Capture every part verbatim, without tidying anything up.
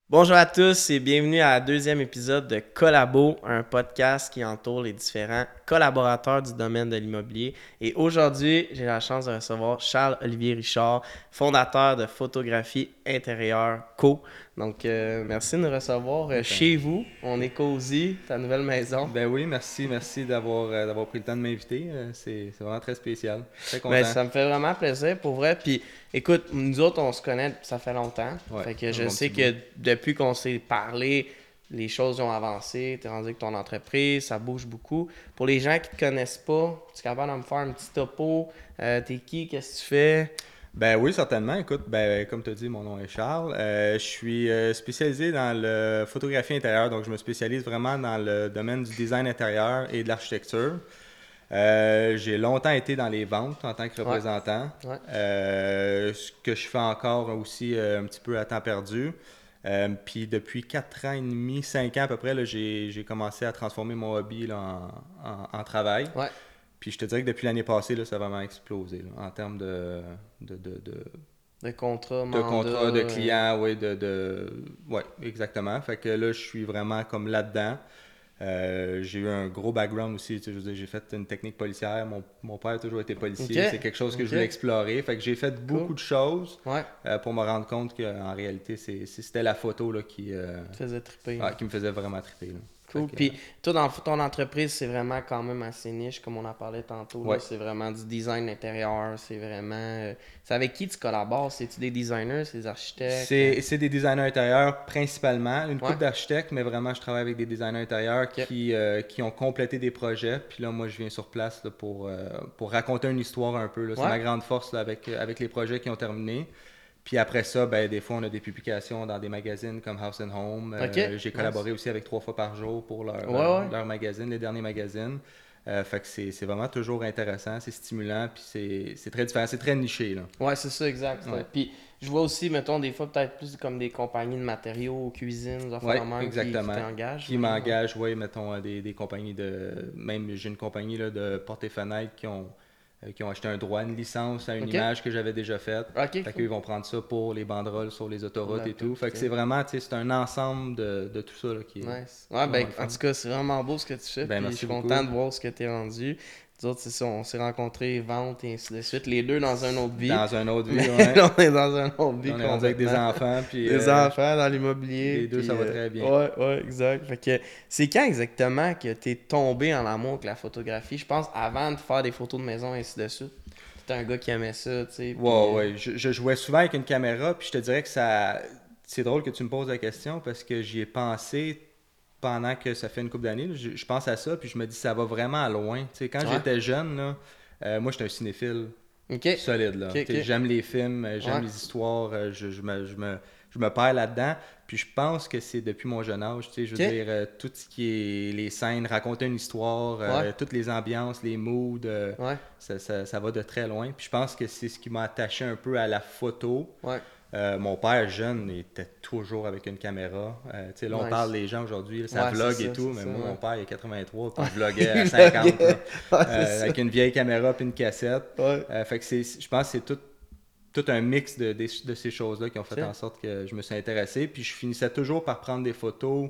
Bonjour à tous et bienvenue à la deuxième épisode de Collabo, un podcast qui entoure les différents collaborateurs du domaine de l'immobilier. Et aujourd'hui, j'ai la chance de recevoir Charles-Olivier Richard, fondateur de Photographie Intérieure Co. Donc, euh, merci de nous recevoir euh, Ben, chez vous. On est cosy, ta nouvelle maison. ben oui, merci, merci d'avoir euh, d'avoir pris le temps de m'inviter. Euh, c'est c'est vraiment très spécial. Très Ben, content. ça me fait vraiment plaisir pour vrai. Puis écoute, nous autres, on se connaît, ça fait longtemps. Ouais, Fait que un je bon petit sais bout. que depuis qu'on s'est parlé, les choses ont avancé. T'es rendu avec ton entreprise, ça bouge beaucoup. Pour les gens qui te connaissent pas, tu es capable de me faire un petit topo. Euh, t'es qui? Qu'est-ce que tu fais? Ben oui, certainement. Écoute, ben comme tu as dit, mon nom est Charles. Euh, je suis euh, spécialisé dans le photographie intérieure, donc je me spécialise vraiment dans le domaine du design intérieur et de l'architecture. Euh, j'ai longtemps été dans les ventes en tant que Ouais, représentant, ouais. euh, ce que je fais encore aussi euh, un petit peu à temps perdu. Euh, puis depuis quatre ans et demi, cinq ans à peu près, là, j'ai, j'ai commencé à transformer mon hobby là, en, en- en travail. Ouais. Puis je te dirais que depuis l'année passée, là, ça a vraiment explosé là, en termes de, de, de, de, De contrat, de mandat. contrats, de euh, clients, oui, de, de... Ouais, exactement. Fait que là, je suis vraiment comme là-dedans. Euh, j'ai eu un gros background aussi, tu sais, je veux dire, j'ai fait une technique policière, mon, mon père a toujours été Ok. policier, c'est quelque chose que je Ok. voulais explorer, fait que j'ai fait Cool. beaucoup de choses Ouais. euh, pour me rendre compte qu'en réalité, c'est, c'est- c'était la photo là, qui, euh, Tu faisais triper. ah, qui me faisait vraiment triper. Là. Fait Cool. que, Puis toi, dans ton entreprise, c'est vraiment quand même assez niche, comme on en parlait tantôt. Là. ouais. C'est vraiment du design intérieur. C'est vraiment. euh, C'est avec qui tu collabores? C'est-tu des designers, c'est des architectes? Euh, C'est, c'est des designers intérieurs principalement, une Ouais. couple d'architectes, mais vraiment je travaille avec des designers intérieurs Ok. qui, euh, qui ont complété des projets. Puis là, moi, je viens sur place là, pour, euh, pour raconter une histoire un peu. Là. C'est Ouais. ma grande force là, avec, avec les projets qui ont terminé. Puis après ça, ben, des fois, on a des publications dans des magazines comme House and Home. Ok. Euh, j'ai Nice. collaboré aussi avec trois fois par jour pour leur, Ouais, euh, ouais. leur magazine, les derniers magazines. Euh, fait que c'est, c'est vraiment toujours intéressant, c'est stimulant, puis c'est, c'est très différent, c'est très niché. Là. Ouais, c'est ça, exact. Ouais. Puis je vois aussi, mettons, des fois, peut-être plus comme des compagnies de matériaux, cuisine, des Oui, affaires de même qui, qui exactement. t'engagent, Qui j'imagine. Ouais. m'engage, oui, mettons, euh, des, des compagnies de. Même, j'ai une compagnie là, de portes et fenêtres qui ont, euh, qui ont acheté un droit, une licence à une Ok. image que j'avais déjà faite. Ok, Fait qu'eux, cool. ils vont prendre ça pour les banderoles sur les Pour autoroutes la et pub, tout. Fait que tout. c'est vraiment, tu sais, c'est un ensemble de, de tout ça là, qui, est, Nice. Ouais, qui est vraiment ben, le en fun. tout cas, c'est vraiment beau ce que tu fais, Ben, puis je suis merci content beaucoup. de voir ce que tu es rendu. Nous autres, c'est ça, on s'est rencontrés, vente et ainsi de suite, les deux dans une autre vie. Dans une autre Mais vie, ouais. là, on est dans une autre vie On est rendu avec des complètement. enfants, puis Des euh, enfants dans l'immobilier, les deux, ça puis va euh, très bien. ouais, ouais, exact. Fait que c'est quand exactement que t'es tombé en amour avec la photographie? Je pense avant de faire des photos de maison et ainsi de suite. T'es un gars qui aimait ça, tu sais, puis... Ouais, euh, ouais. Je, je jouais souvent avec une caméra, puis je te dirais que ça. C'est drôle que tu me poses la question parce que j'y ai pensé pendant que ça fait une couple d'années. Je, je pense à ça, puis je me dis ça va vraiment loin. Tu sais, quand Ouais. j'étais jeune, là, euh, moi j'étais un cinéphile Ok, solide. Là. ok, Tu sais, ok. j'aime les films, euh, j'aime Ouais, les histoires, euh, je, je me, je, me, je me perds là-dedans. Puis je pense que c'est depuis mon jeune âge, tu sais, je veux ok, dire, euh, tout ce qui est les scènes, raconter une histoire, ouais, euh, toutes les ambiances, les moods, euh, ouais, ça, ça, ça va de très loin. Puis je pense que c'est ce qui m'a attaché un peu à la photo. ouais. Euh, mon père, jeune, il était toujours avec une caméra. Euh, tu sais, là, on parle Nice. des gens aujourd'hui, là, ça Ouais, c'est vlog et ça, tout, c'est mais ça, moi, mon ouais. père, il est quatre-vingt-trois, puis Ouais, il vloguait à il cinquante, là, blaguait. Ouais, c'est euh, ça. avec une vieille caméra puis une cassette. Ouais. Euh, fait que c'est, je pense que c'est tout, tout un mix de, de, de ces choses-là qui ont fait Ok. en sorte que je me suis intéressé. Puis je finissais toujours par prendre des photos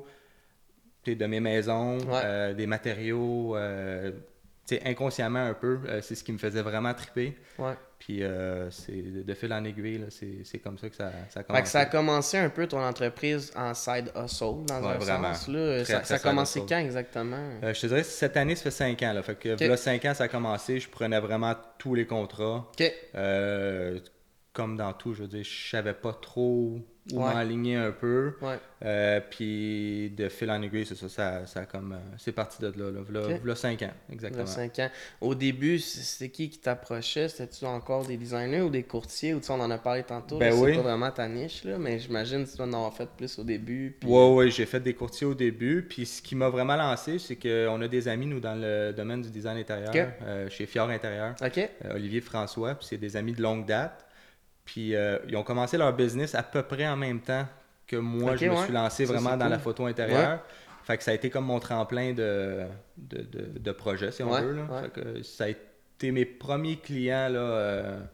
tu sais, de mes maisons, Ouais, euh, des matériaux, euh, tu sais, inconsciemment un peu. Euh, c'est ce qui me faisait vraiment triper. ouais. Puis euh, c'est de, de fil en aiguille, là, c'est, c'est comme ça que ça, ça a Fait que ça a commencé. commencé un peu ton entreprise en side hustle, dans Ouais, un vraiment. sens. Là. Très, Ça, très ça a side commencé hustle. quand exactement? Euh, je te dirais, cette année, ça fait cinq ans. Là. Fait que Ok, là, cinq ans, ça a commencé. Je prenais vraiment tous les contrats. ok, Euh, Comme dans tout, je veux dire, je savais pas trop où ouais, m'aligner un peu. ouais, Euh, puis de fil en aiguille, c'est ça, ça, ça a comme, euh, c'est parti de là. Là, V'là- ok. v'là cinq ans, Il y a exactement. cinq ans. Au début, c- c'était qui qui t'approchait? C'était-tu encore des designers ou des courtiers? Ou tu sais, on en a parlé tantôt, là, Ben c'est oui. pas vraiment ta niche, là, mais j'imagine que tu dois en avoir fait plus au début. Puis, euh, Ouais, ouais, j'ai fait des courtiers au début. Puis ce qui m'a vraiment lancé, c'est qu'on a des amis, nous, dans le domaine du design ok, intérieur, euh, chez Fior Intérieur, ok, euh, Olivier François. Puis c'est des amis de longue date. Puis euh, ils ont commencé leur business à peu près en même temps que moi, ok, je me ouais. suis lancé Ça, vraiment c'est dans la cool. photo Ouais, intérieure. Fait que ça a été comme mon tremplin de, de, de, de projet, si on ouais, veut. Là. ouais. Fait que ça a été mes premiers clients là, euh,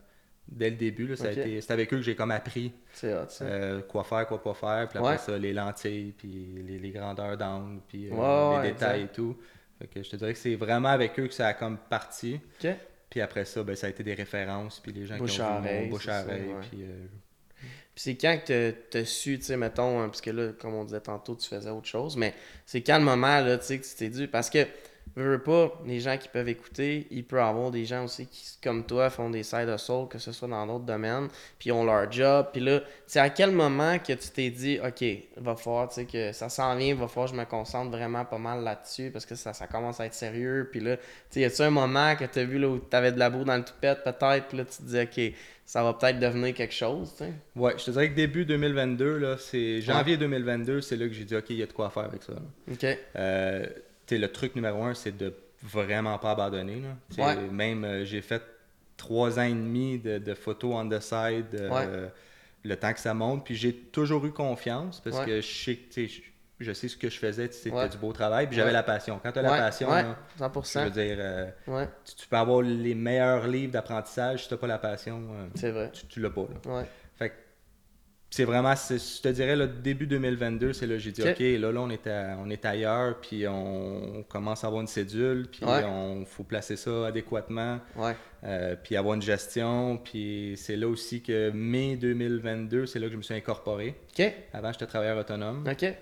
dès le début. Là, ça Ok. a été, c'est avec eux que j'ai comme appris C'est hot, ça. euh, quoi faire, quoi pas faire. Puis après Ouais. ça, les lentilles, puis les, les grandeurs d'angle, puis euh, Ouais, les ouais, détails exact. et tout. Fait que je te dirais que c'est vraiment avec eux que ça a comme parti. OK. Puis après ça, ben, ça a été des références, puis les gens qui Bouche ont à vu mon oreille, bouche c'est à ça, oreille. ouais. Puis, euh, Puis c'est quand que t'as- t'as su, tu sais, mettons, hein, parce que là, comme on disait tantôt, tu faisais autre chose, mais c'est quand le moment, là, tu sais, que tu t'es dit, parce que, veux, veux pas, les gens qui peuvent écouter, il peut y avoir des gens aussi qui, comme toi, font des side hustles, que ce soit dans d'autres domaines, puis ils ont leur job, puis là, c'est à quel moment que tu t'es dit, OK, il va falloir, tu sais, que ça s'en vient, il va falloir que je me concentre vraiment pas mal là-dessus, parce que ça, ça commence à être sérieux, puis là, tu sais, y a-tu un moment que t'as vu, là, où t'avais de la boue dans le toupette, peut-être, puis là, tu te dis, OK, ça va peut-être devenir quelque chose, tu sais. ouais, je te dirais que début deux mille vingt-deux, là, c'est Ouais. janvier deux mille vingt-deux, c'est là que j'ai dit, OK, il y a de quoi faire avec ça. Là. OK. Euh, tu sais, le truc numéro un, c'est de vraiment pas abandonner. Là. Tu sais, Ouais. Même, euh, j'ai fait trois ans et demi de, de photos on the side, Ouais. euh, le temps que ça monte. Puis j'ai toujours eu confiance parce Ouais. que je sais, que, tu sais, je, je sais ce que je faisais, c'était Ouais. du beau travail. Puis j'avais Ouais. la passion. Quand tu as la Ouais. passion, Ouais. là, cent pour je cent. veux dire, euh, Ouais. tu, tu peux avoir les meilleurs livres d'apprentissage si tu n'as pas la passion, euh, C'est vrai. tu, tu l'as pas. Là. Ouais. Fait que c'est vraiment, c'est- je te dirais, le début deux mille vingt-deux, c'est là que j'ai dit, OK. OK, là, là on, est à- on est ailleurs, puis on commence à avoir une cédule, puis Ouais. on faut placer ça adéquatement, Ouais. euh, puis avoir une gestion. Puis c'est là aussi que mai deux mille vingt-deux, c'est là que je me suis incorporé. OK. Avant, j'étais travailleur autonome. OK.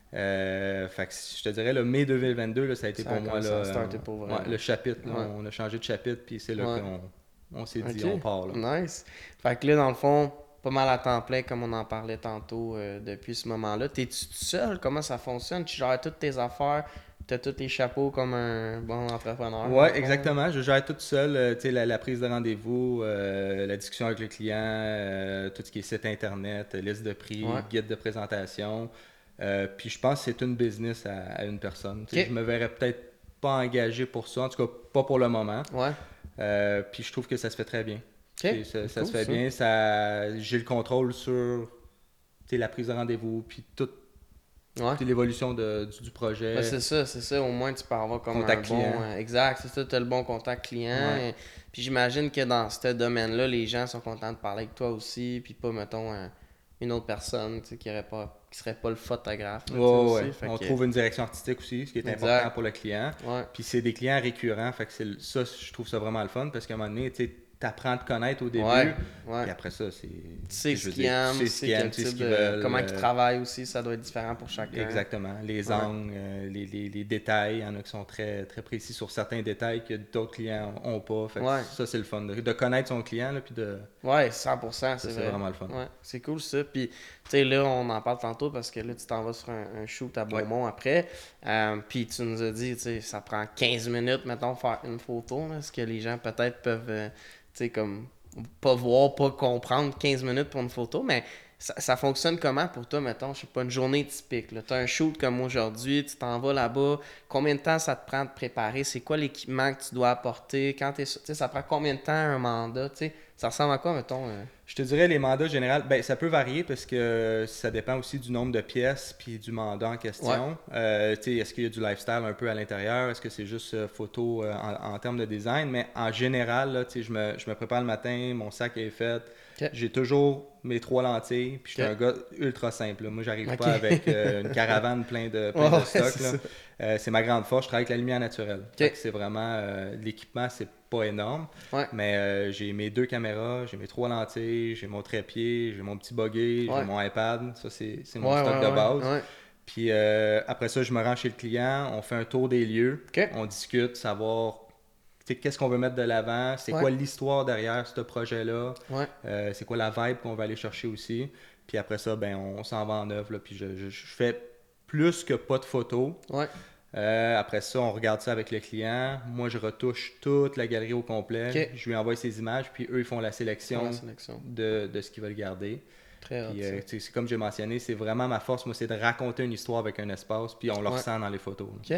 Euh, fait que je te dirais, le mai deux mille vingt-deux, là, ça a été Ça pour a moi commencé à là, starter euh, pour vrai, ouais, là. le chapitre. Là, Ouais. on a changé de chapitre, puis c'est là Ouais. qu'on on s'est dit, OK. on part. Là. Nice. Fait que là, dans le fond, pas mal à temps plein, comme on en parlait tantôt euh, depuis ce moment-là. T'es-tu tout seul? Comment ça fonctionne? Tu gères toutes tes affaires? T'as tous tes chapeaux comme un bon entrepreneur? dans le Ouais, fond? exactement. Je gère tout seul, euh, tu sais, la, la prise de rendez-vous, euh, la discussion avec le client, euh, tout ce qui est site internet, liste de prix, Ouais. guide de présentation. Euh, puis je pense que c'est une business à, à une personne. Tu sais, OK. Je me verrais peut-être pas engagé pour ça, en tout cas pas pour le moment. Ouais. Euh, puis je trouve que ça se fait très bien. Tu OK. sais, Ça, ça Cool, se fait ça. bien. Ça, j'ai le contrôle sur tu sais, la prise de rendez-vous, puis toute Ouais. toute l'évolution de- du, du projet. Ben, c'est ça, c'est ça. Au moins, tu peux avoir comme Contact un bon... client. euh, exact, c'est ça, tu as le bon contact client. Ouais. Et- puis j'imagine que dans ce domaine-là, les gens sont contents de parler avec toi aussi, puis pas, mettons, un- une autre personne, tu sais, qui aurait pas qui serait pas le photographe. là, tu sais, Ouais, ouais, aussi. ouais. Fait On que- trouve une direction artistique aussi, ce qui est Exact. important pour le client. Ouais, Puis c'est des clients récurrents, fait que c'est le- ça, je trouve ça vraiment le fun parce qu'à un moment donné, tu sais, t'apprends à te connaître au début, ouais, ouais. puis après ça, c'est. Tu sais je ce veux qu'ils dire, aiment, tu tu sais ce sais qu'ils quel aiment, tu sais ce type qu'ils de... veulent. Comment ils euh, travaillent aussi, ça doit être différent pour chacun. Exactement. Les Ouais. angles, euh, les, les- les détails, il y en a qui sont très, très précis sur certains détails que d'autres clients n'ont pas. Fait que Ouais. ça, c'est le fun. De, de connaître son client, là, puis de. Ouais, cent pour Ça, cent, c'est c'est vrai. vraiment le fun. Ouais, c'est cool ça. Puis, tu sais, là, on en parle tantôt parce que là, tu t'en vas sur un, un shoot à Beaumont après. Euh, puis, tu nous as dit, tu sais, ça prend quinze minutes, mettons, faire une photo. Là, ce que les gens peut-être peuvent, euh, tu sais, comme, pas voir, pas comprendre quinze minutes pour une photo. Mais ça, ça fonctionne comment pour toi, mettons, je sais pas, une journée typique. Tu as un shoot comme aujourd'hui, tu t'en vas là-bas. Combien de temps ça te prend de préparer? C'est quoi l'équipement que tu dois apporter? Quand t'es, tu sais, ça prend combien de temps un mandat? Tu sais, ça ressemble à quoi, mettons? euh? Je te dirais les mandats généraux, ben, ça peut varier parce que ça dépend aussi du nombre de pièces puis du mandat en question. Euh, tu sais, est-ce qu'il y a du lifestyle un peu à l'intérieur? Est-ce que c'est juste euh, photo euh, en, en termes de design? Mais en général, là, tu sais, je, me, je me prépare le matin, mon sac est fait. Ok. J'ai toujours mes trois lentilles, puis je suis Ok. un gars ultra simple. là. Moi, j'arrive Ok. pas avec euh, une caravane plein de, plein Ouais, de stock. c'est là. ça. Euh, c'est ma grande force, je travaille avec la lumière naturelle. Ok. Fait que C'est vraiment, euh, l'équipement, c'est pas énorme. Ouais. Mais euh, j'ai mes deux caméras, j'ai mes trois lentilles, j'ai mon trépied, j'ai mon petit buggy, Ouais. j'ai mon iPad. Ça, c'est c'est mon Ouais, stock ouais, de base. ouais, ouais. Puis euh, après ça, je me rends chez le client, on fait un tour des lieux, Ok. on discute, savoir tu sais, qu'est-ce qu'on veut mettre de l'avant, c'est Ouais. quoi l'histoire derrière ce projet-là, Ouais. euh, c'est quoi la vibe qu'on va aller chercher aussi. Puis après ça, ben, on, on s'en va en œuvre. Là, puis je, je- je fais plus que pas de photos. Ouais. Euh, après ça, on regarde ça avec le client. Moi, je retouche toute la galerie au complet. Ok. Je lui envoie ses images, puis eux, ils font la sélection La sélection. de, de ce qu'ils veulent garder. Très hot, Puis, ça. euh, tu sais, c'est comme j'ai mentionné, c'est vraiment ma force, moi, c'est de raconter une histoire avec un espace, puis on le Ouais. ressent dans les photos. là. Ok.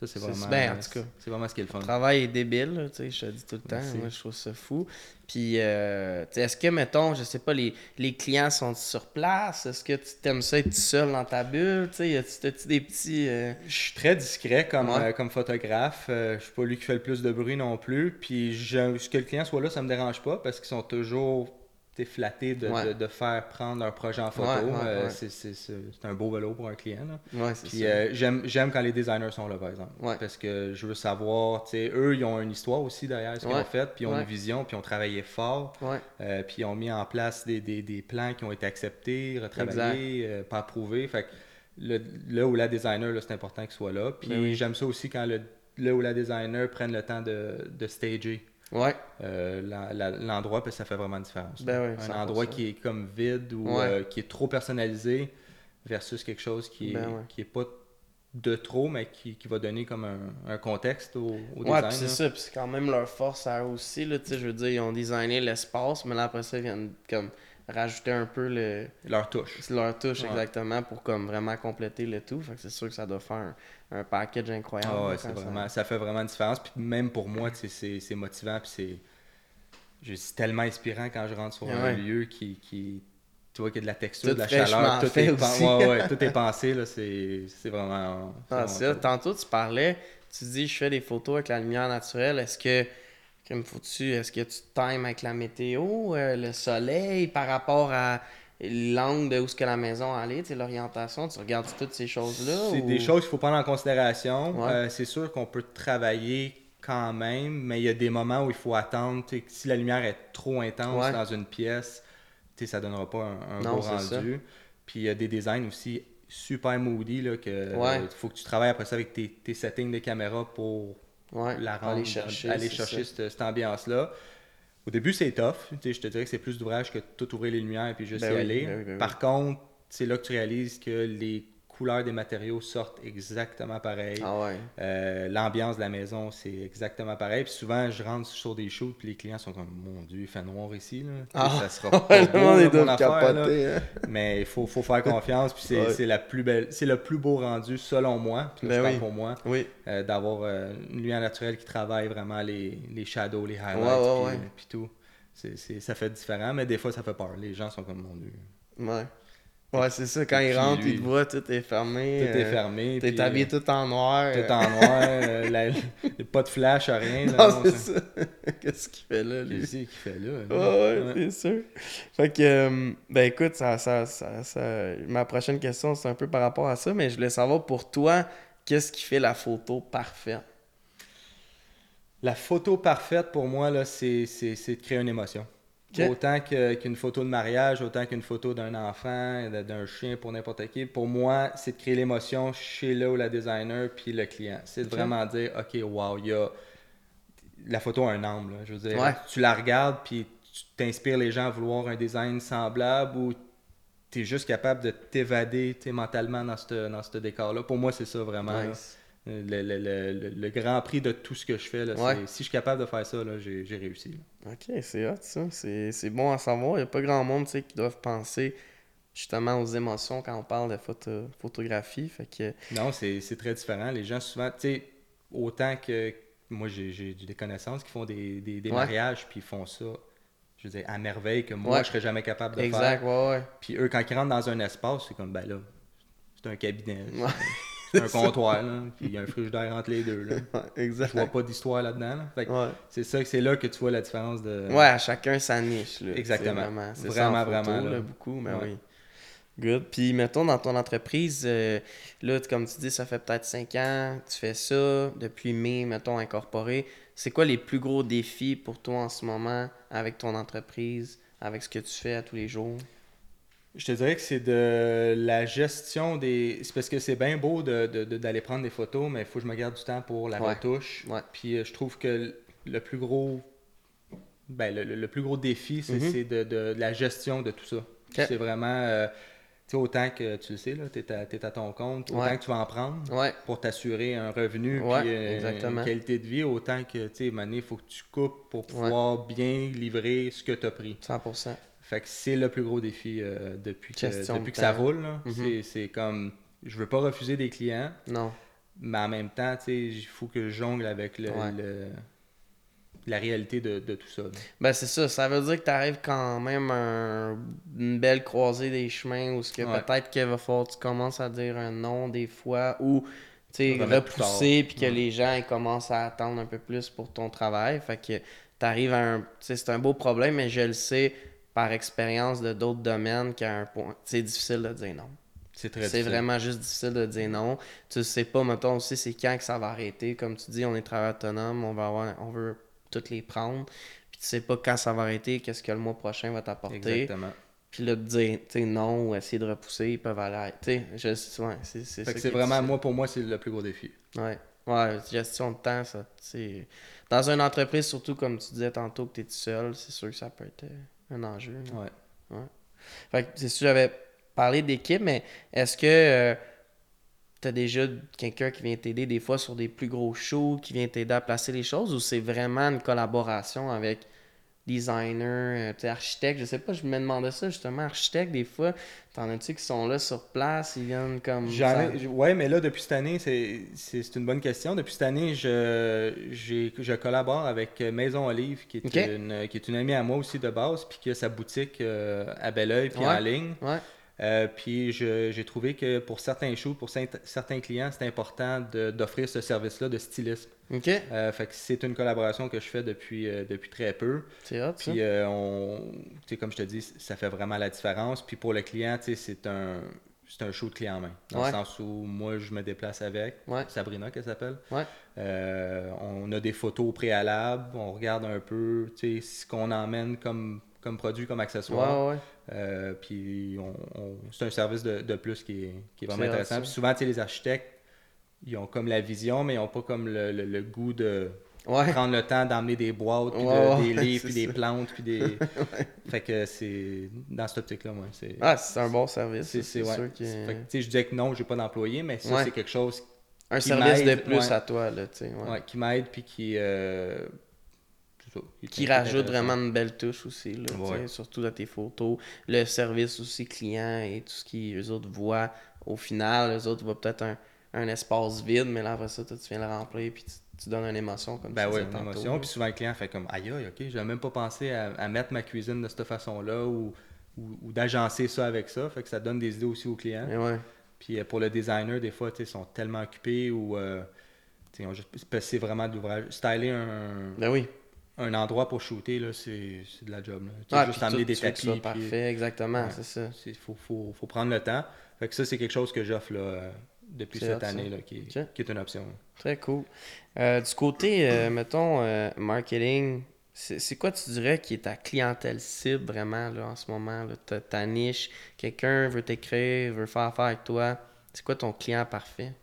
Ça, c'est C'est- vraiment, ben, en tout cas, c'est vraiment ce qui est le fun. Le travail est débile, là, tu sais, je te le dis tout le temps. Merci. Moi, je trouve ça fou. Puis, euh, tu sais, est-ce que, mettons, je sais pas, les, les clients sont sur place? Est-ce que tu t'aimes ça être tout seul dans ta bulle? Tu sais, y a-tu t'as-tu des petits... euh, Je suis très discret comme, Ouais. euh, comme photographe. Euh, je suis pas lui qui fait le plus de bruit non plus. Puis je, que le client soit là, ça me dérange pas parce qu'ils sont toujours t'es flattés de, Ouais. de, de faire prendre un projet en photo. Ouais, ouais, Euh, ouais. c'est, c'est, c'est, c'est un beau vélo pour un client. Là. Ouais, c'est Puis ça. euh, j'aime, j'aime quand les designers sont là, par exemple. Ouais. Parce que je veux savoir, tu sais, eux, ils ont une histoire aussi derrière ce qu'ils Ouais. ont fait. Puis ils ont Ouais. une vision, puis ils ont travaillé fort. Ouais. Euh, puis ils ont mis en place des, des, des plans qui ont été acceptés, retravaillés, euh, pas approuvés. Fait que le, le ou la designer, là, c'est important qu'il soit là. Puis Ben oui. j'aime ça aussi quand le, le ou la designer prennent le temps de, de stager Ouais. euh, la- la- l'endroit, parce que ça fait vraiment une différence. Ben là. oui, Un cent pour endroit cent. qui est comme vide ou Ouais. euh, qui est trop personnalisé versus quelque chose qui est, Ben ouais. qui est pas de trop, mais qui, qui va donner comme un, un contexte au, au Ouais, design. puis c'est là. ça, puis c'est quand même leur force à eux aussi, là, tu sais, je veux dire, ils ont designé l'espace, mais là, après ça, ils viennent comme rajouter un peu le... Leur touche. C'est leur touche Ouais. exactement pour comme vraiment compléter le tout. Fait que c'est sûr que ça doit faire un, un package incroyable. Ah ouais, là, c'est quand ça- vraiment, ça fait vraiment une différence. Puis même pour moi, tu sais, c'est c'est motivant. Puis c'est je- c'est tellement inspirant quand je rentre sur Ah un ouais. lieu qui, qui, tu vois, qui a de la texture, Tout de la fraîchement chaleur. Tout fait est, pen- aussi. ouais, ouais, tout est pensé. Là, c'est c'est vraiment. c'est Ah, vraiment ça, cool. tantôt tu parlais, tu dis je fais des photos avec la lumière naturelle. Est-ce que comme faut-tu, est-ce que tu te times avec la météo, euh, le soleil par rapport à l'angle de où ce que la maison allait, tu sais, l'orientation, tu regardes toutes ces choses-là C'est ou... des choses qu'il faut prendre en considération. Ouais. Euh, c'est sûr qu'on peut travailler quand même, mais il y a des moments où il faut attendre. Tu sais, si la lumière est trop intense Ouais. dans une pièce, tu sais, ça donnera pas un, un Non, beau c'est rendu. Puis il y a des designs aussi super moody là, que Ouais. il faut que tu travailles après ça avec tes, tes settings de caméra pour Ouais, la rendre, aller chercher, aller c'est chercher ça. cette, cette ambiance-là. Au début, c'est tough. Tu sais, je te dirais que c'est plus d'ouvrage que tout ouvrir les lumières et puis juste Ben y oui, aller. ben oui, ben oui. Par contre, c'est là que tu réalises que les couleurs des matériaux sortent exactement pareil. Ah ouais. Euh, l'ambiance de la maison, c'est exactement pareil. Puis souvent, je rentre sur des shoots, puis les clients sont comme, mon Dieu, il fait noir ici. Là. Ah, Ça sera pas le beau, monde, là, ils doivent mon affaire, là. capoter, hein. Mais il faut, faut faire confiance. Puis c'est, Ouais. c'est, la plus belle, c'est le plus beau rendu, selon moi. Puis là, Ben je parle oui. pour moi. Oui. euh, d'avoir euh, une lumière naturelle qui travaille vraiment les, les shadows, les highlights, Ouais, ouais, puis, ouais. puis tout. C'est, c'est, ça fait différent, mais des fois, ça fait peur. Les gens sont comme, mon Dieu. Ouais. Ouais, c'est ça, quand Et ils puis, rentrent, lui, ils te voient, tout est fermé. Tout est euh, fermé. T'es puis, habillé euh, tout en noir. tout euh. en noir, euh, la- la- pas de flash, rien. là, Non, non, c'est ça- ça. Qu'est-ce qu'il fait là, lui? Qu'est-ce qu'il fait là? Ouais, là? ouais, Ouais. c'est sûr. Fait que, euh, ben écoute, ça, ça, ça, ça- ma prochaine question, c'est un peu par rapport à ça, mais je voulais savoir pour toi, qu'est-ce qui fait la photo parfaite? La photo parfaite pour moi, là, c'est, c'est, c'est de créer une émotion. Ok. Autant que- qu'une photo de mariage, autant qu'une photo d'un enfant, de- d'un chien, pour n'importe qui. Pour moi, c'est de créer l'émotion chez le ou la designer puis le client. C'est de Ok. vraiment dire, OK, wow, il y a... La photo a un âme, là. Je veux dire, Ouais. tu la regardes puis tu t'inspires les gens à vouloir un design semblable ou tu es juste capable de t'évader tu sais, mentalement dans ce dans ce décor-là. Pour moi, c'est ça vraiment. là. Nice. Le, le- le- le- le grand prix de tout ce que je fais, là, Ouais. c'est- si je suis capable de faire ça, là, j'ai, j'ai réussi. là. Ok, c'est hot ça. C'est, c'est bon à savoir. Il n'y a pas grand monde tu sais, qui doivent penser justement aux émotions quand on parle de photo- photographie. Fait que, Non, c'est, c'est très différent. Les gens, souvent, tu sais, autant que moi, j'ai, j'ai des connaissances qui font des, des, des Ouais. mariages, puis ils font ça, je veux dire, à merveille, que moi, Ouais. je serais jamais capable de exact, faire. ouais, ouais. Puis eux, quand ils rentrent dans un espace, c'est comme, ben là, c'est un cabinet, Ouais. c'est un comptoir, là, puis il y a un frigidaire entre les deux. Là. Ouais, exact. Je vois pas d'histoire là-dedans. Là. Fait que Ouais. c'est ça, c'est là que tu vois la différence de... Ouais, à chacun sa niche. Là. Exactement. C'est vraiment, c'est Vraiment, ça en photo, vraiment, là, là. beaucoup, mais Ouais. oui. Good. Puis, mettons, dans ton entreprise, euh, là, t- comme tu dis, ça fait peut-être cinq ans, tu fais ça, depuis mai, mettons, incorporé. C'est quoi les plus gros défis pour toi en ce moment avec ton entreprise, avec ce que tu fais à tous les jours? Je te dirais que c'est de la gestion des... C'est parce que c'est bien beau de, de- de- d'aller prendre des photos, mais il faut que je me garde du temps pour la Ouais. retouche. Ouais. Puis euh, je trouve que le plus gros... Ben, le, le- le plus gros défi, c'est, Mhm. c'est de, de- de la gestion de tout ça. C'est vraiment... euh, tu sais, autant que tu le sais, là, t'es à, t'es à ton compte, autant Ouais. que tu vas en prendre Ouais, pour t'assurer un revenu Ouais, puis euh, exactement. une qualité de vie, autant que, tu sais, Mané, il faut que tu coupes pour pouvoir bien livrer ce que tu as pris. cent pour cent. Fait que c'est le plus gros défi euh, depuis que, Gestion depuis de que ça temps. roule. Là. Mhm. C'est, c'est comme, je veux pas refuser des clients, Non. mais en même temps, tu sais, il faut que je jongle avec le, Ouais. le- la réalité de, de tout ça. là. Ben c'est ça, ça veut dire que tu arrives quand même à un- une belle croisée des chemins où ce que Ouais. peut-être qu'il va falloir que tu commences à dire un non des fois ou tu sais Remettre plus tard. repousser puis que Ouais. les gens ils commencent à attendre un peu plus pour ton travail. Fait que tu arrives à un. Tu sais, c'est un beau problème, mais je le sais par expérience de d'autres domaines qu'à un point. C'est difficile de dire non. C'est très C'est difficile. vraiment juste difficile de dire non. Tu sais pas, mettons aussi, c'est quand que ça va arrêter. Comme tu dis, on est travailleur autonome, on va avoir, on veut toutes les prendre. Puis tu sais pas quand ça va arrêter, qu'est-ce que le mois prochain va t'apporter. Exactement. Puis là, de dire tu sais, non ou essayer de repousser, ils peuvent aller. Tu sais, je- ouais, c'est c'est Fait ça que qui c'est est vraiment, difficile. moi, pour moi, c'est le plus gros défi. Ouais. Ouais, gestion de temps, ça. C'est... Dans une entreprise, surtout comme tu disais tantôt que tu es tout seul, c'est sûr que ça peut être euh, un enjeu. là. Ouais. Ouais. Fait que c'est sûr, j'avais parlé d'équipe, mais est-ce que tu as déjà quelqu'un qui vient t'aider des fois sur des plus gros shows, qui vient t'aider à placer les choses, ou c'est vraiment une collaboration avec designer, euh, tu sais, architecte, je sais pas, je me demandais ça justement, architecte, des fois, t'en as-tu qui sont là sur place, ils viennent comme J'en ça. ai, j- ouais, mais là, depuis cette année, c'est c'est- c'est une bonne question. Depuis cette année, je, j'ai- je collabore avec Maison Olive, qui est, Ok. une, qui est une amie à moi aussi de base, puis qui a sa boutique euh, à Belleuil, puis en Ouais, ligne. ouais, Euh, puis je- j'ai trouvé que pour certains shows, pour ceint- certains clients, c'est important de- d'offrir ce service-là de stylisme. ok, Euh, fait que c'est une collaboration que je fais depuis, euh, depuis très peu. c'est hot ça. Puis, euh, on, tu sais, comme je te dis, ça fait vraiment la différence. Puis pour le client, tu sais, c'est un, c'est un show de clé en main. Dans Ouais. le sens où moi, je me déplace avec. Ouais. Sabrina, qu'elle s'appelle. Ouais, Euh, on a des photos au préalable. On regarde un peu, tu sais, ce qu'on emmène comme, comme produit, comme ouais, accessoire. ouais, ouais. Euh, puis on, on- c'est un service de, de plus qui est, qui est vraiment C'est hot, intéressant. ça. Puis souvent, tu sais, les architectes, ils ont comme la vision, mais ils n'ont pas comme le, le- le goût de Ouais, prendre le temps d'emmener des boîtes, puis de- Ouais, des ouais, livres, c'est puis des ça. plantes, puis des... Fait que c'est... Dans cette optique-là, moi, c'est... Ah, c'est un bon service, c'est, ça, c'est, c'est ouais. sûr que... Fait que, tu sais, je disais que non, j'ai pas d'employé, mais ça, Ouais. c'est quelque chose Un qui service de m'aide, plus ouais. à toi, là, tu sais, ouais. ouais, qui m'aide, puis qui... euh, c'est ça, est- Qui est rajoute intéressant. vraiment une belle touche aussi, là, tu sais, Ouais. surtout dans tes photos. Le service aussi client et tout ce qu'ils autres voient. Au final, eux autres voient peut-être un, un espace vide, mais là, après ça, toi, tu viens le remplir puis tu, tu donnes une émotion comme Ben tu oui, disais une tantôt, émotion. là. Puis souvent, le client fait comme aïe, aïe, ok, j'avais même pas pensé à, à mettre ma cuisine de cette façon-là ou, ou, ou d'agencer ça avec ça. Fait que ça donne des idées aussi aux clients. Mais ouais, Puis euh, pour le designer, des fois, tu sais, ils sont tellement occupés ou euh, tu sais, ils ont juste- c'est c'est vraiment de l'ouvrage. Styler un, ben oui. un endroit pour shooter, là, c'est c'est de la job. Là. Tu sais, Ah, juste puis amener tout, des tu veux que tapis. ça soit puis- parfait, exactement, Ouais. c'est ça. Il faut, faut, faut prendre le temps. Fait que ça, c'est quelque chose que j'offre là, euh, depuis C'est cette hot, ça. année, là, qui, est- Ok. qui est une option. Très cool. Euh, du côté, euh, mettons, euh, marketing, c'est c'est quoi tu dirais qui est ta clientèle cible vraiment là, en ce moment, là, ta, ta niche? Quelqu'un veut t'écrire, veut faire affaire avec toi. C'est quoi ton client parfait?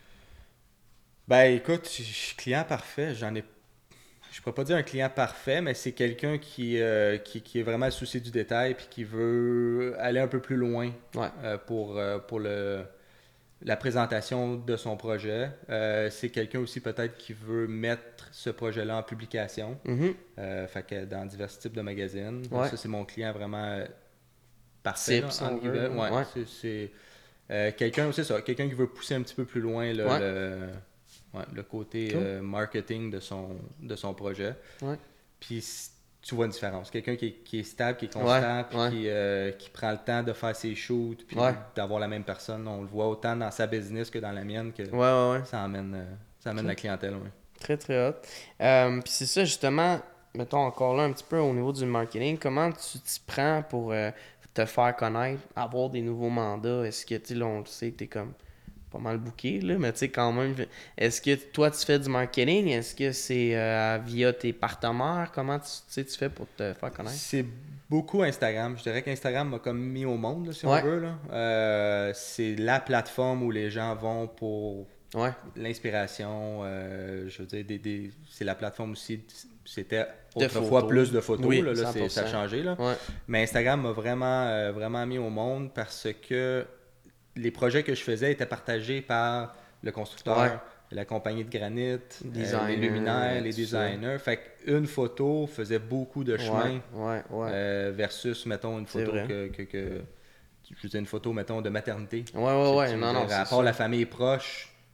Ben écoute, je suis client parfait, j'en ai. Je pourrais pas dire un client parfait, mais c'est quelqu'un qui, euh, qui, qui est vraiment le souci du détail puis qui veut aller un peu plus loin Ouais. euh, pour, euh, pour le, la présentation de son projet. Euh, c'est quelqu'un aussi peut-être qui veut mettre ce projet-là en publication, Mhm. euh, fait que dans divers types de magazines. Donc, Ouais. ça, c'est mon client vraiment euh, parfait. Cible, là, si entre on veut, guillemets. là. Ouais, Ouais. c'est- c'est euh, quelqu'un, c'est ça, quelqu'un qui veut pousser un petit peu plus loin là, Ouais. le, ouais, le côté Cool. euh, marketing de son, de son projet. Ouais. Puis s- tu vois une différence. Quelqu'un qui est, qui est stable, qui est constant, Ouais, puis ouais. Qui, euh, qui prend le temps de faire ses shoots, puis Ouais. d'avoir la même personne. On le voit autant dans sa business que dans la mienne que Ouais, ouais, ouais. ça amène, euh, ça amène Ok. la clientèle. Ouais. Très, très hot. Euh, Puis c'est ça, justement, mettons encore là un petit peu au niveau du marketing, comment tu t'y prends pour euh, te faire connaître, avoir des nouveaux mandats? Est-ce que, tu sais, là, on le sait, t'es comme pas mal booké, là, mais tu sais, quand même, est-ce que toi, tu fais du marketing? Est-ce que c'est euh, via tes partenaires? Comment tu, tu sais, tu fais pour te faire connaître? C'est beaucoup Instagram. Je dirais qu'Instagram m'a comme mis au monde, là, si Ouais. on veut. Là. Euh, c'est la plateforme où les gens vont pour Ouais, l'inspiration. euh, je veux dire, des, des- c'est la plateforme aussi. C'était De autrefois photos. plus de photos. Oui, là, là, c'est- ça a cent pour cent. changé. Là. ouais, Mais Instagram m'a vraiment, euh, vraiment mis au monde parce que les projets que je faisais étaient partagés par le constructeur, Ouais. la compagnie de granit, euh, Designer, les luminaires, les tout ça. designers. Fait qu'une photo faisait beaucoup de chemin ouais, ouais, ouais. euh, versus, mettons, une C'est photo vrai. que, que, que- Je faisais une photo, mettons, de maternité. Ouais, ouais, Tu- ouais, tu veux non, non, dire, à c'est part ça. la famille proche,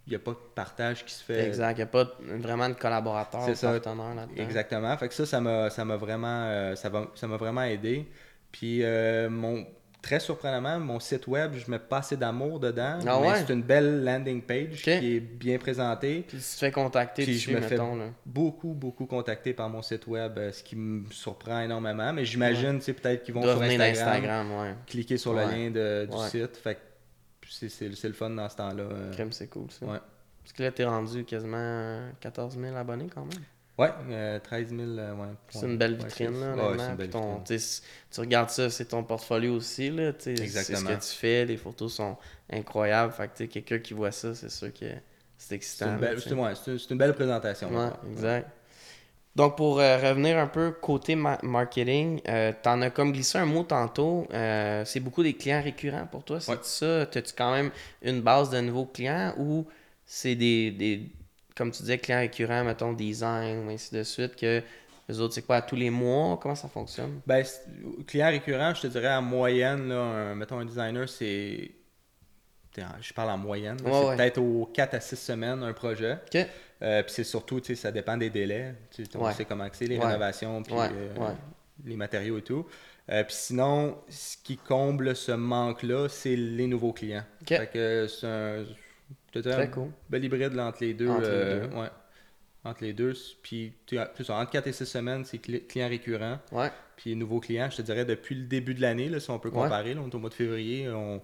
il n'y a pas de partage qui se fait. Exact, il n'y a pas vraiment de collaborateur ou ça. partenaire là-dedans. Exactement. Fait que ça, ça m'a, ça m'a vraiment, euh, ça va, ça m'a vraiment aidé. Puis, euh, mon, très surprenamment, mon site web, je mets pas assez d'amour dedans, Ah mais ouais? c'est une belle landing page Ok. qui est bien présentée. Puis tu te fais contacter Puis dessus, je me fais mettons. Là. beaucoup, beaucoup contacter par mon site web, euh, ce qui me surprend énormément. Mais j'imagine, Ouais. tu sais, peut-être qu'ils vont Doit sur venir Instagram, d'Instagram, ouais. cliquer sur Ouais. le lien de, du Ouais. site. Fait que c'est, c'est, c'est le fun dans ce temps-là. euh. Crème, c'est cool ça. Ouais. Parce que là, t'es rendu quasiment quatorze mille abonnés quand même. Ouais, euh, treize mille, euh, ouais. C'est ouais. une belle Ouais, vitrine, c'est- là, ouais, honnêtement. c'est une belle Puis ton, vitrine. t'sais, si tu regardes ça, c'est ton portfolio aussi, là. t'sais, C'est ce Exactement. que tu fais, les photos sont incroyables. Fait que t'sais, quelqu'un qui voit ça, c'est sûr que c'est C'est excitant. une là, belle, t'sais. c'est, ouais, c'est une- c'est une belle présentation. Ouais, là. exact. Donc, pour euh, revenir un peu côté ma- marketing, euh, t'en as comme glissé un mot tantôt. euh, c'est beaucoup des clients récurrents pour toi, c'est Ouais. ça? T'as-tu quand même une base de nouveaux clients ou c'est des, des, comme tu disais, clients récurrents, mettons, design ou ainsi de suite, que les autres, c'est quoi, à tous les mois? Comment ça fonctionne? Ben, c'est- client récurrent, je te dirais en moyenne, là, un- mettons un designer, c'est. t'es en- Je parle en moyenne, là, Ouais, c'est ouais. peut-être aux quatre à six semaines un projet. OK. Euh, puis c'est surtout, tu sais, ça dépend des délais. Tu sais, on Ouais. sait comment que c'est, les Ouais. rénovations, puis Ouais, euh, ouais. les matériaux et tout. Euh, puis sinon, ce qui comble ce manque-là, c'est les nouveaux clients. OK. Fait que c'est un, je te dirais, Très un cool. bel hybride là, entre les deux. Entre les euh, deux. Ouais, entre les deux. Puis tu sais, plus entre quatre et six semaines, c'est cli- clients récurrents. Ouais. Puis nouveaux clients, je te dirais, depuis le début de l'année, là, si on peut Ouais. comparer, là, on est au mois de février, on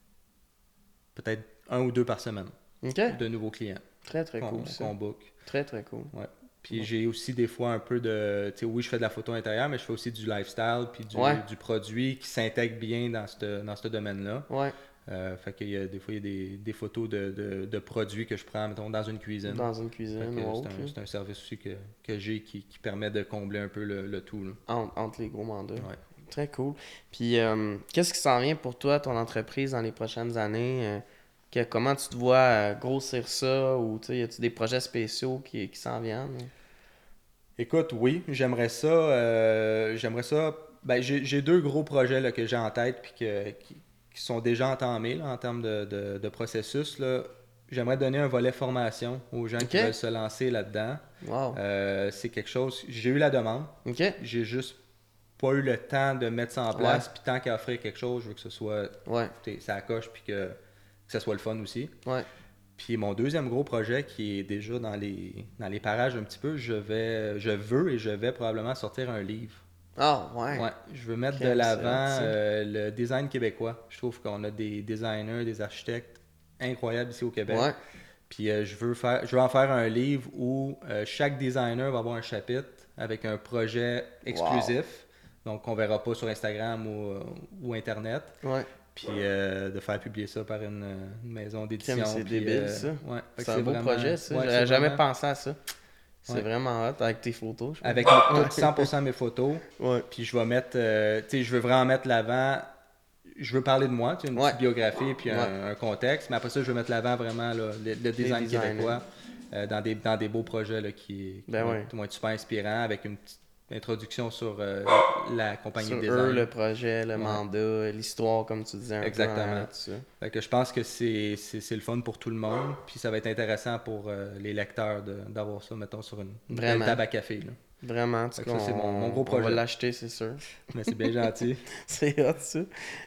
peut-être un ou deux par semaine OK. de nouveaux clients Très, très qu'on cool, ça. qu'on book. Très, très cool. Ouais. Puis Ouais. j'ai aussi des fois un peu de. Tu sais, oui, je fais de la photo intérieure, mais je fais aussi du lifestyle puis du, Ouais. du produit qui s'intègre bien dans ce dans ce domaine-là. Ouais. Euh, fait qu'il y a des fois, il y a des, des photos de, de, de produits que je prends, mettons, dans une cuisine. Dans une Fait cuisine que ou c'est autre. un, là. c'est un service aussi que, que j'ai qui, qui permet de combler un peu le, le tout. Là. Entre, entre les gros mandats. Ouais. Très cool. Puis, euh, qu'est-ce qui s'en vient pour toi, ton entreprise, dans les prochaines années? Euh, que- comment tu te vois euh, grossir ça? Ou, tu sais, y a-tu des projets spéciaux qui, qui s'en viennent? Écoute, oui, j'aimerais ça. euh, j'aimerais ça. Ben, j'ai j'ai deux gros projets là, que j'ai en tête puis que, qui, qui sont déjà entamés là, en termes de, de, de processus. Là. J'aimerais donner un volet formation aux gens qui Ok. veulent se lancer là-dedans. Wow. Euh, c'est quelque chose. J'ai eu la demande. OK. J'ai juste pas eu le temps de mettre ça en place. Puis tant qu'à offrir quelque chose, je veux que ce soit. Ouais. t'sais, ça coche puis que, que ça soit le fun aussi. Ouais. Puis mon deuxième gros projet qui est déjà dans les, dans les parages un petit peu, je vais je veux et je vais probablement sortir un livre. Ah, ouais. Ouais, je veux mettre de Crème, l'avant c'est hot, ça. euh, le design québécois. Je trouve qu'on a des designers, des architectes incroyables ici au Québec. Ouais. Puis euh, je veux faire je veux en faire un livre où euh, chaque designer va avoir un chapitre avec un projet exclusif. Donc qu'on verra pas sur Instagram ou, euh, ou Internet. Ouais. Puis euh, de faire publier ça par une, une maison d'édition. Crème, c'est puis, débile, euh, ça. ouais. Fait que C'est un beau vraiment- projet, ça. ouais, J'aurais c'est jamais vraiment- pensé à ça. C'est Ouais. vraiment hot avec tes photos, je pense. Avec toutes cent pour cent mes photos. Ouais. Puis je vais mettre, euh, tu sais, je veux vraiment mettre l'avant. Je veux parler de moi, tu sais, une Ouais. petite biographie puis un, Ouais. un contexte. Mais après ça, je veux mettre l'avant vraiment là, le, le design designers. québécois euh, dans, des, dans des beaux projets là, qui, qui Ben vont, ouais. être- vont être super inspirants avec une petite introduction sur euh, la compagnie Sur de design. eux, le projet, le Ouais. mandat, l'histoire, comme tu disais. Un Exactement. Peu, hein, tout ça. Fait que je pense que c'est, c'est, c'est le fun pour tout le monde. Puis ça va être intéressant pour euh, les lecteurs de, d'avoir ça, mettons, sur une, une belle Vraiment. table à café. Là. Vraiment, en tout Fait que cas, ça, c'est mon- on- mon gros On projet. va l'acheter, c'est sûr. Mais c'est bien gentil. C'est hot, ça.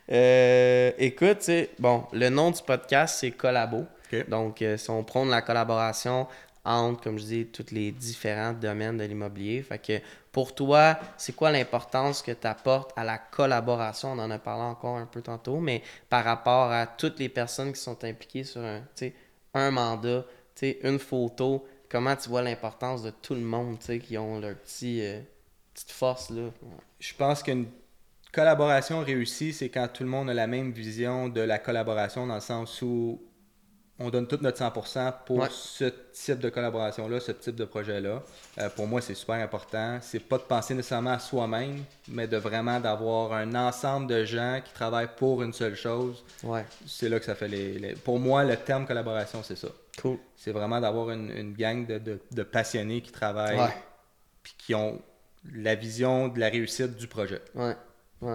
Euh, écoute, tu sais, bon, le nom du podcast, c'est Collabo. OK. Donc, euh, si on prône la collaboration entre, comme je dis, tous les différents domaines de l'immobilier. Fait que pour toi, c'est quoi l'importance que tu apportes à la collaboration? On en a parlé encore un peu tantôt, mais par rapport à toutes les personnes qui sont impliquées sur un, tu sais, un mandat, tu sais, une photo, comment tu vois l'importance de tout le monde, tu sais, qui ont leur petit, euh, petite force, là? Je pense qu'une collaboration réussie, c'est quand tout le monde a la même vision de la collaboration, dans le sens où on donne tout notre cent pour cent pour Ouais. ce type de collaboration-là, ce type de projet-là. Euh, pour moi, c'est super important. C'est pas de penser nécessairement à soi-même, mais de vraiment d'avoir un ensemble de gens qui travaillent pour une seule chose. Ouais, C'est là que ça fait les... les- Pour moi, le terme collaboration, c'est ça. cool. C'est vraiment d'avoir une, une gang de, de- de passionnés qui travaillent Ouais. puis qui ont la vision de la réussite du projet. Ouais, ouais.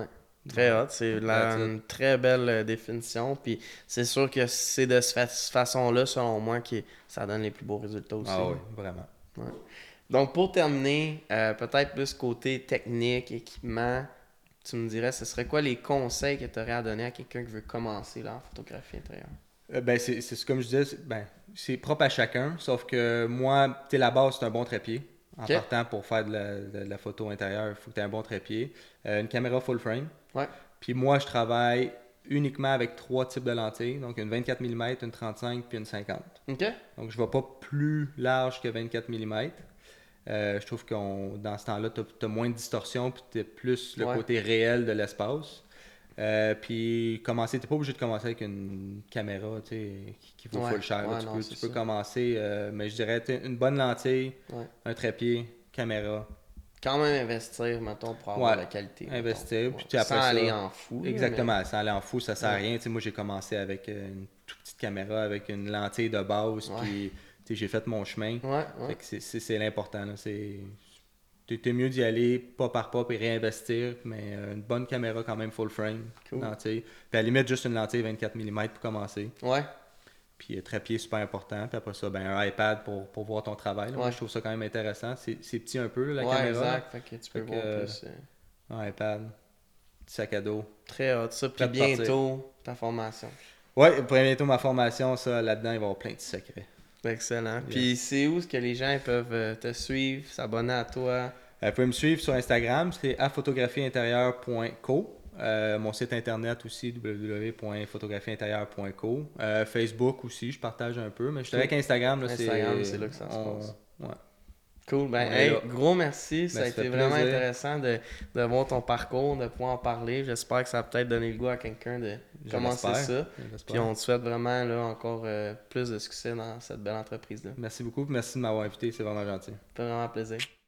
Très hot, c'est la- That's it. une très belle euh, définition. Puis c'est sûr que c'est de cette fa- façon-là, selon moi, que ça donne les plus beaux résultats aussi. Ah oui, vraiment. Ouais. Donc pour terminer, euh, peut-être plus côté technique, équipement, tu me dirais, ce serait quoi les conseils que tu aurais à donner à quelqu'un qui veut commencer là, en photographie intérieure? Euh, ben, c'est c'est comme je disais, c'est- ben, c'est propre à chacun, sauf que moi, tu sais, la base, c'est un bon trépied. En Ok. partant pour faire de la, de la photo intérieure, il faut que tu aies un bon trépied. Euh, une caméra full frame. Ouais. Puis moi, je travaille uniquement avec trois types de lentilles, donc une vingt-quatre millimètres, une trente-cinq puis une cinquante. OK. Donc je ne vais pas plus large que vingt-quatre millimètres. Euh, je trouve que dans ce temps-là, tu as moins de distorsion puis tu as plus le Ouais. côté réel de l'espace. Euh, puis commencer, t'es pas obligé de commencer avec une caméra tu sais, qui, qui vaut Ouais, full cher. là. ouais, tu non, peux, c'est tu peux ça. commencer, euh, mais je dirais tu sais, une bonne lentille, Ouais. un trépied, caméra. Quand même investir, mettons, pour avoir Ouais, la qualité. mettons. investir. Ouais. Puis tu sais, après Sans ça, aller en fou. là, exactement, sans aller en fou, ça sert à Ouais. rien. Tu sais, moi, j'ai commencé avec euh, une toute petite caméra, avec une lentille de base, Ouais. puis tu sais, j'ai fait mon chemin. mais- Ouais, Fait ouais. que c'est- c'est c'est l'important. là. C'est t'es t'es mieux d'y aller pas par pas et réinvestir, mais euh, une bonne caméra quand même full frame, Cool. lentille. Puis à la limite, juste une lentille vingt-quatre millimètres pour commencer. Ouais. Puis euh, trépied, super important. Puis après ça, ben, un iPad pour, pour voir ton travail. là. Moi, Ouais. je trouve ça quand même intéressant. C'est c'est petit un peu, la ouais, caméra. exact. Fait que tu peux Fait voir que, plus. euh, Un iPad, petit sac à dos. Très hot. Ça, puis Prêt de partir. bientôt, ta formation. Ouais, pour bientôt ma formation, ça, là-dedans, il va y avoir plein de secrets. Excellent. Yes. Puis c'est où est-ce que les gens ils peuvent euh, te suivre, s'abonner à toi? Euh, vous pouvez me suivre sur Instagram, c'est à photographiintérieure point co. Euh, mon site internet aussi, w w w point photographiintérieure point co. Euh, Facebook aussi, je partage un peu, mais je dirais qu'Instagram, là, c'est... Instagram, c'est là que ça se on- passe. Ouais. Cool. Ben, On est hey, là. gros merci. Ça Ben, a ça été fait vraiment plaisir. intéressant de, de voir ton parcours, de pouvoir en parler. J'espère que ça va peut-être donner le goût à quelqu'un de Je commencer l'espère. ça. Je l'espère. Puis on te souhaite vraiment là, encore euh, plus de succès dans cette belle entreprise-là. Merci beaucoup, merci de m'avoir invité, c'est vraiment gentil. Ça fait vraiment plaisir.